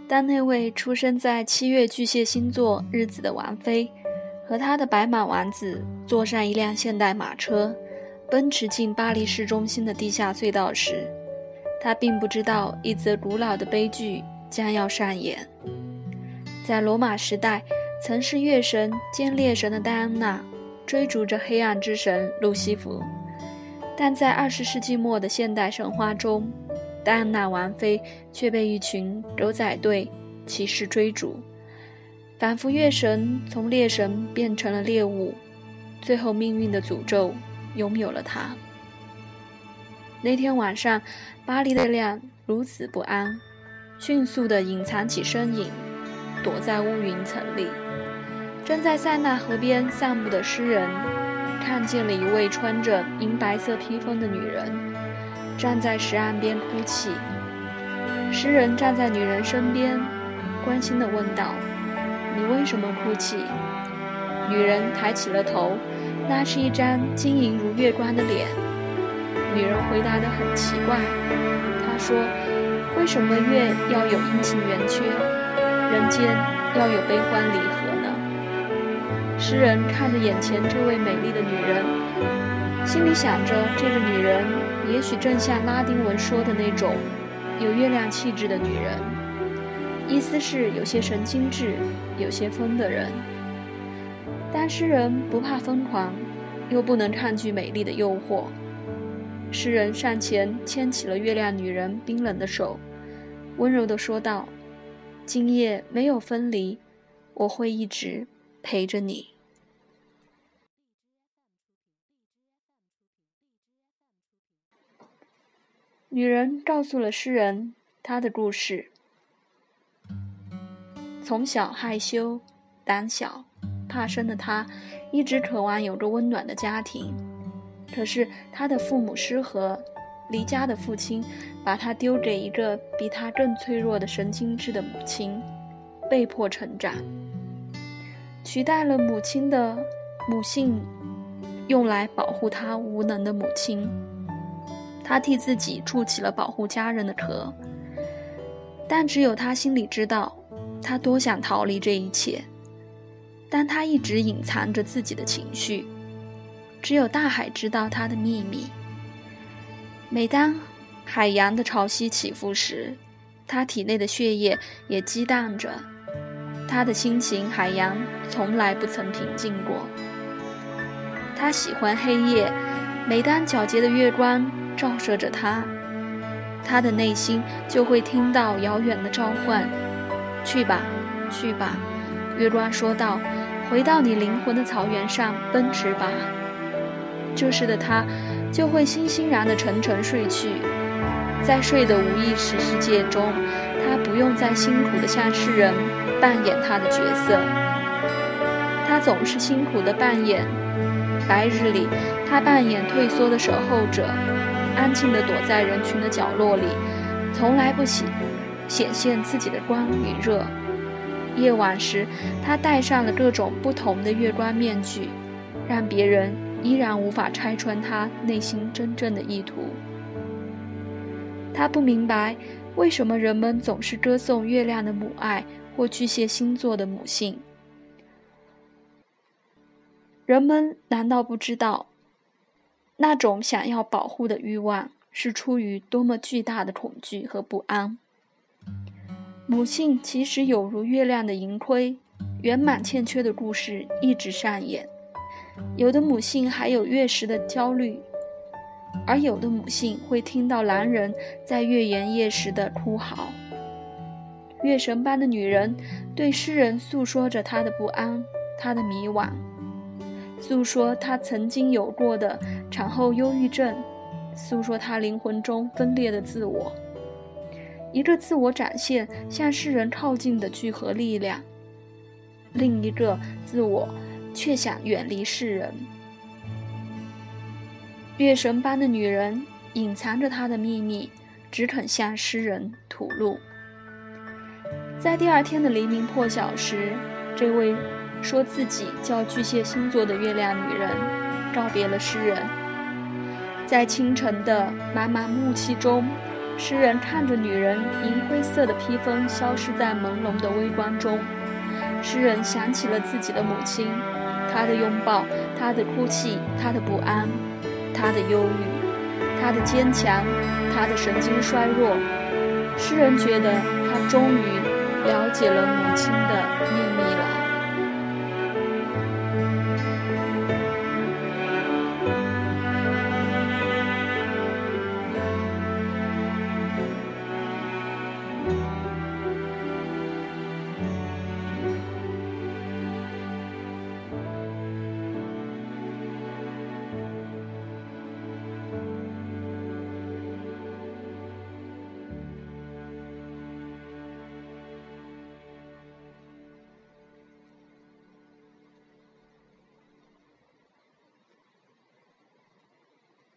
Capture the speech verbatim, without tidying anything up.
当那位出生在七月巨蟹星座日子的王妃和他的白马王子坐上一辆现代马车，奔驰进巴黎市中心的地下隧道时，他并不知道一则古老的悲剧将要上演。在罗马时代，曾是月神兼猎神的戴安娜追逐着黑暗之神路西弗，但在二十世纪末的现代神话中，戴安娜王妃却被一群狗仔队骑士追逐，仿佛月神从猎神变成了猎物，最后命运的诅咒拥有了她。那天晚上，巴黎的月亮如此不安，迅速地隐藏起身影，躲在乌云层里。正在塞纳河边散步的诗人看见了一位穿着银白色披风的女人站在石岸边哭泣。诗人站在女人身边，关心地问道：“你为什么哭泣？”女人抬起了头，那是一张晶莹如月光的脸。女人回答得很奇怪，她说：“为什么月要有阴晴圆缺，人间要有悲欢离合呢？”诗人看着眼前这位美丽的女人，心里想着，这个女人也许正像拉丁文说的那种有月亮气质的女人，意思是有些神经质，有些疯的人。但诗人不怕疯狂，又不能抗拒美丽的诱惑。诗人上前牵起了月亮女人冰冷的手，温柔地说道：“今夜没有分离，我会一直陪着你。”女人告诉了诗人她的故事。从小害羞、胆小、怕生的她，一直渴望有个温暖的家庭。可是她的父母失和，离家的父亲把她丢给一个比她更脆弱的神经质的母亲，被迫成长。取代了母亲的母性，用来保护她无能的母亲。他替自己筑起了保护家人的壳，但只有他心里知道，他多想逃离这一切，但他一直隐藏着自己的情绪，只有大海知道他的秘密。每当海洋的潮汐起伏时，他体内的血液也激荡着，他的心情海洋从来不曾平静过。他喜欢黑夜，每当皎洁的月光照射着他，他的内心就会听到遥远的召唤：“去吧，去吧。”月光说道：“回到你灵魂的草原上奔驰吧。”这时的他就会欣欣然地沉沉睡去。在睡的无意识世界中，他不用再辛苦地向世人扮演他的角色，他总是辛苦地扮演。白日里，他扮演退缩的守候者，安静地躲在人群的角落里，从来不显显现自己的光与热。夜晚时，他戴上了各种不同的月光面具，让别人依然无法拆穿他内心真正的意图。他不明白为什么人们总是歌颂月亮的母爱或巨蟹星座的母性。人们难道不知道，那种想要保护的欲望是出于多么巨大的恐惧和不安？母性其实有如月亮的盈亏，圆满欠缺的故事一直上演。有的母性还有月食的焦虑，而有的母性会听到狼人在月圆夜时的哭嚎。月神般的女人对诗人诉说着她的不安，她的迷惘，诉说她曾经有过的产后忧郁症，诉说她灵魂中分裂的自我。一个自我展现向世人靠近的聚合力量，另一个自我却想远离世人。月神般的女人隐藏着她的秘密，只肯向诗人吐露。在第二天的黎明破晓时，这位说自己叫巨蟹星座的月亮女人告别了诗人。在清晨的满满雾气中， 诗人看着女人银灰色的披风消失在朦胧的微光中，诗人想起了自己的母亲，她的拥抱，她的哭泣，她的不安，她的忧虑，她的坚强，她的神经衰弱。诗人觉得他终于了解了母亲的秘密了。